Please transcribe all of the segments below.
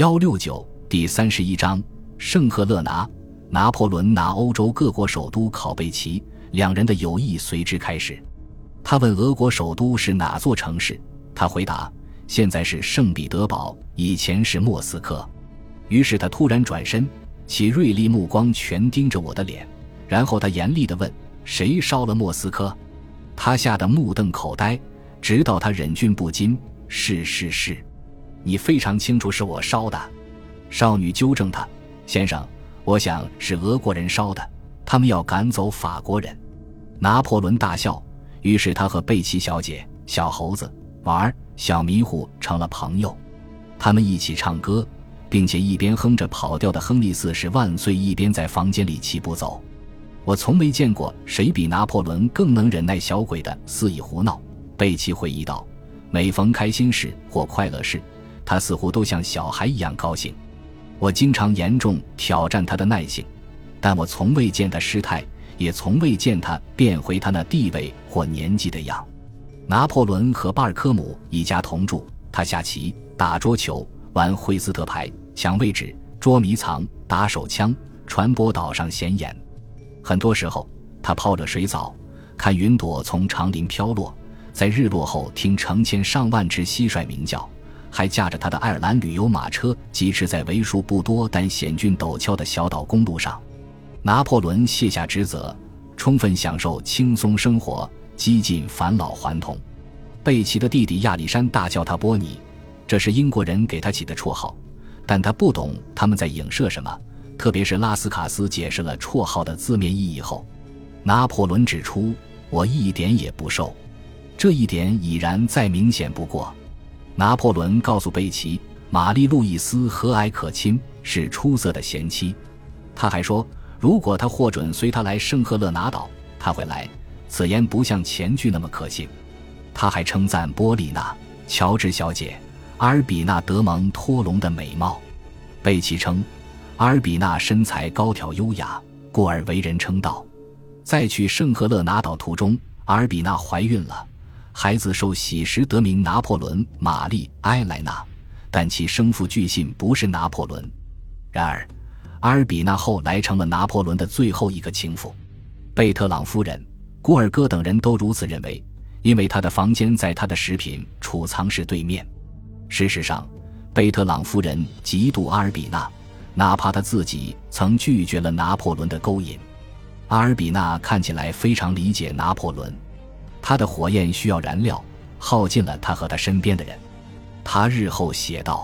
169第31章圣赫勒拿。拿破仑拿欧洲各国首都考贝齐，两人的友谊随之开始。他问俄国首都是哪座城市，他回答现在是圣彼得堡，以前是莫斯科。于是他突然转身，其锐利目光全盯着我的脸，然后他严厉地问，谁烧了莫斯科？他吓得目瞪口呆，直到他忍俊不禁，是，你非常清楚是我烧的。少女纠正他，先生，我想是俄国人烧的，他们要赶走法国人。拿破仑大笑，于是他和贝奇小姐、小猴子、玩小迷糊成了朋友。他们一起唱歌，并且一边哼着跑调的亨利四世万岁，一边在房间里齐步走。我从没见过谁比拿破仑更能忍耐小鬼的肆意胡闹。贝奇回忆道，每逢开心事或快乐事，他似乎都像小孩一样高兴。我经常严重挑战他的耐性，但我从未见他失态，也从未见他变回他那地位或年纪的样。拿破仑和巴尔科姆一家同住，他下棋、打桌球、玩惠斯特牌、抢位置、捉迷藏、打手枪、传播岛上闲言。很多时候他泡着水澡，看云朵从长林飘落，在日落后听成千上万只蟋蟀鸣叫，还驾着他的爱尔兰旅游马车疾驰在为数不多但险峻陡峭的小岛公路上。拿破仑卸下职责，充分享受轻松生活，几近返老还童。贝奇的弟弟亚历山大叫他波尼，这是英国人给他起的绰号，但他不懂他们在影射什么，特别是拉斯卡斯解释了绰号的字面意义后。拿破仑指出，我一点也不瘦，这一点已然再明显不过。拿破仑告诉贝奇，玛丽路易斯和蔼可亲，是出色的贤妻。他还说，如果他获准随他来圣赫勒拿岛，他会来，此言不像前句那么可信。他还称赞波丽娜、乔治小姐、阿尔比娜德蒙托隆的美貌。贝奇称，阿尔比娜身材高挑优雅，故而为人称道。在去圣赫勒拿岛途中，阿尔比娜怀孕了，孩子受喜时得名拿破仑·玛丽·埃莱娜，但其生父据信不是拿破仑。然而阿尔比娜后来成了拿破仑的最后一个情妇。贝特朗夫人、古尔戈等人都如此认为，因为他的房间在他的食品储藏室对面。事实上，贝特朗夫人嫉妒阿尔比娜，哪怕他自己曾拒绝了拿破仑的勾引。阿尔比娜看起来非常理解拿破仑，他的火焰需要燃料，耗尽了他和他身边的人。他日后写道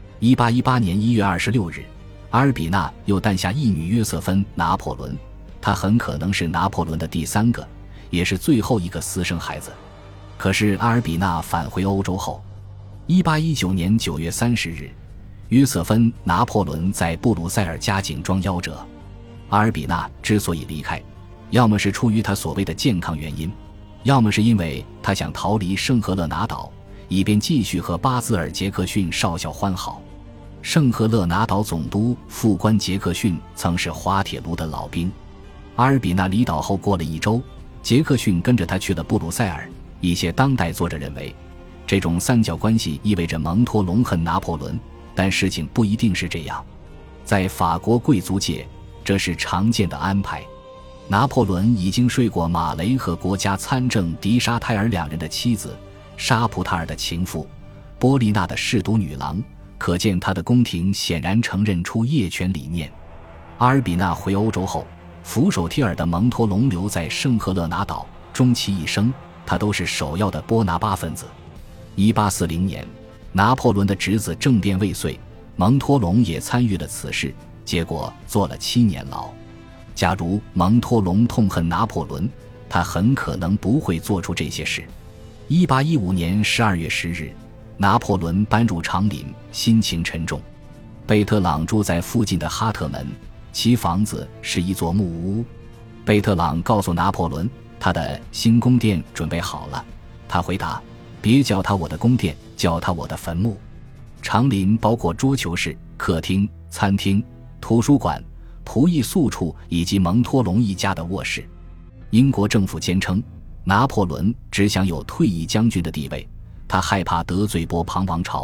，1818年1月26日，阿尔比娜又诞下一女约瑟芬·拿破仑，她很可能是拿破仑的第三个，也是最后一个私生孩子。可是阿尔比娜返回欧洲后，1819年9月30日，约瑟芬·拿破仑在布鲁塞尔家井装夭折。阿尔比娜之所以离开，要么是出于她所谓的健康原因，要么是因为他想逃离圣赫勒拿岛，以便继续和巴兹尔·杰克逊少校欢好。圣赫勒拿岛总督副官杰克逊曾是滑铁卢的老兵。阿尔比娜离岛后过了1周，杰克逊跟着他去了布鲁塞尔。一些当代作者认为，这种三角关系意味着蒙托隆恨拿破仑，但事情不一定是这样。在法国贵族界，这是常见的安排。拿破仑已经睡过马雷和国家参政迪沙泰尔两人的妻子，沙普塔尔的情妇，波丽娜的侍读女郎，可见他的宫廷显然承认出业权理念。阿尔比娜回欧洲后，俯首帖耳的蒙托隆留在圣赫勒拿岛，终其一生他都是首要的波拿巴分子。1840年，拿破仑的侄子政变未遂，蒙托隆也参与了此事，结果坐了7年牢。假如蒙托隆痛恨拿破仑，他很可能不会做出这些事。1815年12月10日，拿破仑搬入长林，心情沉重。贝特朗住在附近的哈特门，其房子是一座木屋。贝特朗告诉拿破仑，他的新宫殿准备好了。他回答，别叫他我的宫殿，叫他我的坟墓。长林包括桌球室、客厅、餐厅、图书馆、仆役宿处以及蒙托隆一家的卧室。英国政府坚称，拿破仑只享有退役将军的地位，他害怕得罪波旁王朝，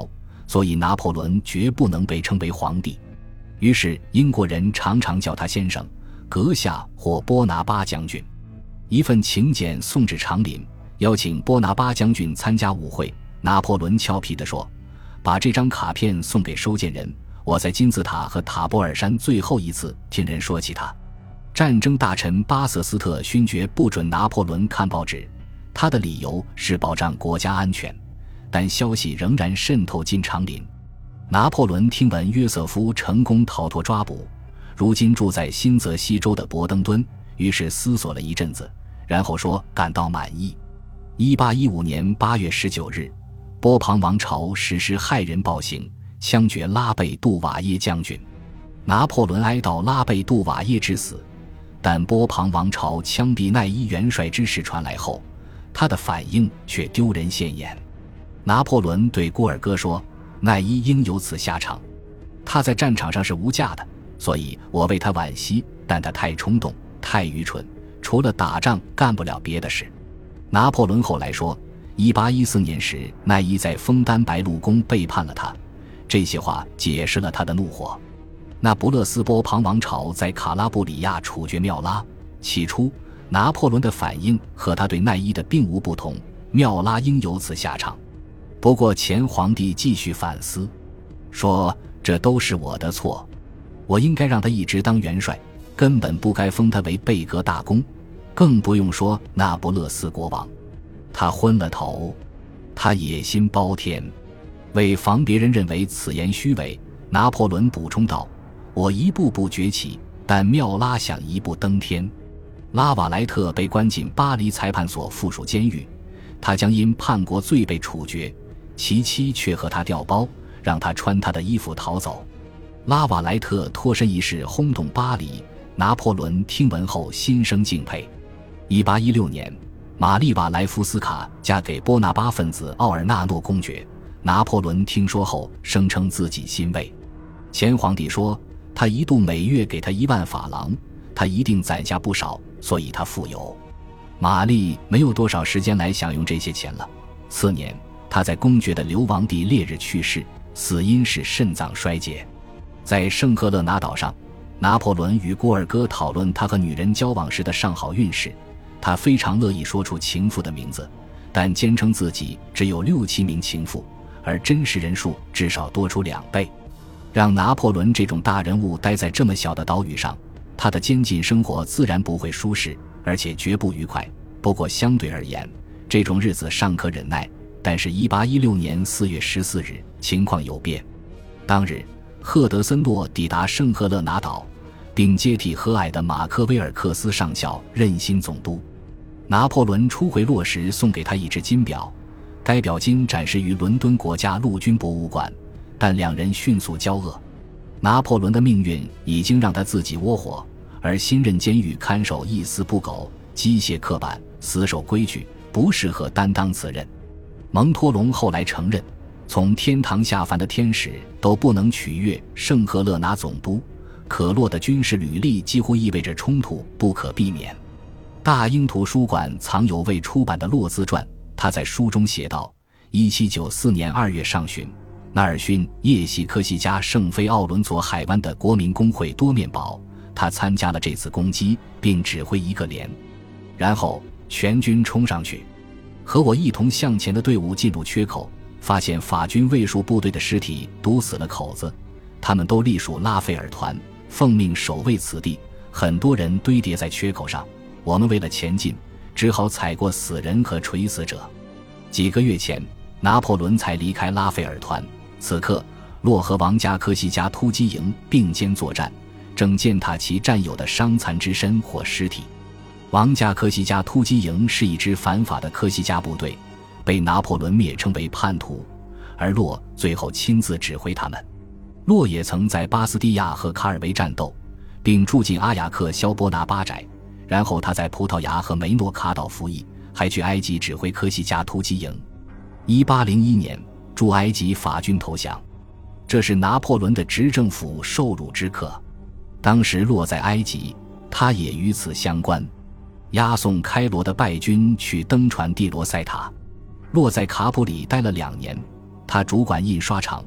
所以拿破仑绝不能被称为皇帝。于是英国人常常叫他先生、阁下或波拿巴将军。一份请柬送至长林，邀请波拿巴将军参加舞会。拿破仑俏皮地说，把这张卡片送给收件人，我在金字塔和塔波尔山最后一次听人说起他。战争大臣巴瑟斯特勋爵不准拿破仑看报纸，他的理由是保障国家安全，但消息仍然渗透进长林。拿破仑听闻约瑟夫成功逃脱抓捕，如今住在新泽西州的伯登敦，于是思索了一阵子，然后说感到满意。1815年8月19日，波旁王朝实施骇人暴行，枪决拉贝杜瓦耶将军。拿破仑哀悼拉贝杜瓦耶之死，但波旁王朝枪毙奈伊元帅之事传来后，他的反应却丢人现眼。拿破仑对郭尔哥说，奈伊应有此下场，他在战场上是无价的，所以我为他惋惜，但他太冲动，太愚蠢，除了打仗干不了别的事。拿破仑后来说，1814年时奈伊在枫丹白露宫背叛了他，这些话解释了他的怒火。那不勒斯波旁王朝在卡拉布里亚处决缪拉，起初拿破仑的反应和他对奈伊的并无不同，缪拉应有此下场。不过前皇帝继续反思，说这都是我的错，我应该让他一直当元帅，根本不该封他为贝格大公，更不用说那不勒斯国王。他昏了头，他野心包天。为防别人认为此言虚伪，拿破仑补充道，我一步步崛起，但缪拉想一步登天。拉瓦莱特被关进巴黎裁判所附属监狱，他将因叛国罪被处决，其妻却和他调包，让他穿他的衣服逃走。拉瓦莱特脱身一事轰动巴黎，拿破仑听闻后心生敬佩。1816年，玛丽瓦莱夫斯卡嫁给波拿巴分子奥尔纳诺公爵，拿破仑听说后声称自己欣慰。前皇帝说，他一度每月给他1万法郎，他一定攒下不少，所以他富有。玛丽没有多少时间来享用这些钱了。次年，他在公爵的流亡地烈日去世，死因是肾脏衰竭。在圣赫勒拿岛上，拿破仑与郭尔哥讨论他和女人交往时的上好运势，他非常乐意说出情妇的名字，但坚称自己只有6、7名情妇，而真实人数至少多出2倍。让拿破仑这种大人物待在这么小的岛屿上，他的监禁生活自然不会舒适，而且绝不愉快。不过相对而言，这种日子尚可忍耐。但是1816年4月14日，情况有变。当日，赫德森诺抵达圣赫勒拿岛，并接替和蔼的马克威尔克斯上校任新总督。拿破仑初回洛时送给他一只金表，该表金展示于伦敦国家陆军博物馆，但两人迅速交恶。拿破仑的命运已经让他自己窝火，而新任监狱看守一丝不苟，机械刻板，死守规矩，不适合担当此任。蒙托龙后来承认，从天堂下凡的天使都不能取悦圣赫勒拿总督。可洛的军事履历几乎意味着冲突不可避免。大英图书馆藏有未出版的洛自传，他在书中写道：1794年2月上旬，纳尔逊夜袭科西嘉圣菲奥伦佐海湾的国民公会多面堡，他参加了这次攻击，并指挥一个连。然后全军冲上去，和我一同向前的队伍进入缺口，发现法军卫戍部队的尸体堵死了口子，他们都隶属拉斐尔团，奉命守卫此地，很多人堆叠在缺口上。我们为了前进，只好踩过死人和垂死者。几个月前，拿破仑才离开拉斐尔团，此刻洛和王家科西嘉突击营并肩作战，正践踏其战友的伤残之身或尸体。王家科西嘉突击营是一支反法的科西嘉部队，被拿破仑蔑称为叛徒，而洛最后亲自指挥他们。洛也曾在巴斯蒂亚和卡尔维战斗，并住进阿雅克肖波拿巴宅，然后他在葡萄牙和梅诺卡岛服役，还去埃及指挥科西嘉突击营。1801年驻埃及法军投降，这是拿破仑的执政府受辱之刻。当时洛在埃及，他也与此相关，押送开罗的败军去登船蒂罗塞塔。洛在卡普里待了2年，他主管印刷厂，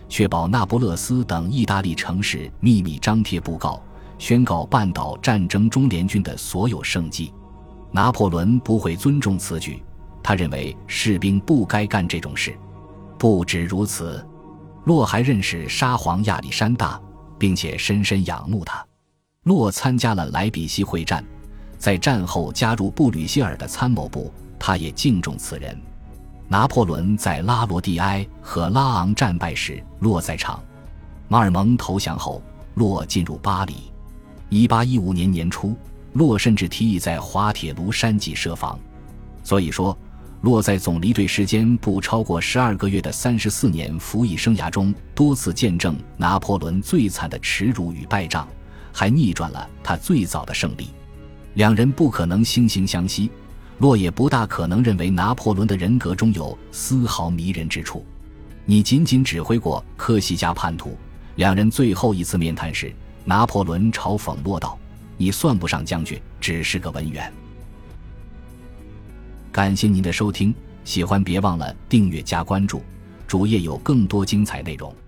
确保那不勒斯等意大利城市秘密张贴布告，宣告半岛战争中联军的所有胜绩。拿破仑不会尊重此举，他认为士兵不该干这种事。不止如此，洛还认识沙皇亚历山大，并且深深仰慕他。洛参加了莱比锡会战，在战后加入布吕歇尔的参谋部，他也敬重此人。拿破仑在拉罗蒂埃和拉昂战败时，洛在场。马尔蒙投降后，洛进入巴黎。1815年年初，洛甚至提议在滑铁卢山脊设防。所以说，洛在总离队时间不超过12个月的34年服役生涯中，多次见证拿破仑最惨的耻辱与败仗，还逆转了他最早的胜利。两人不可能惺惺相惜，洛也不大可能认为拿破仑的人格中有丝毫迷人之处。你仅仅指挥过科西嘉叛徒。两人最后一次面谈时，拿破仑嘲讽洛道：“你算不上将军，只是个文员。”感谢您的收听，喜欢别忘了订阅加关注，主页有更多精彩内容。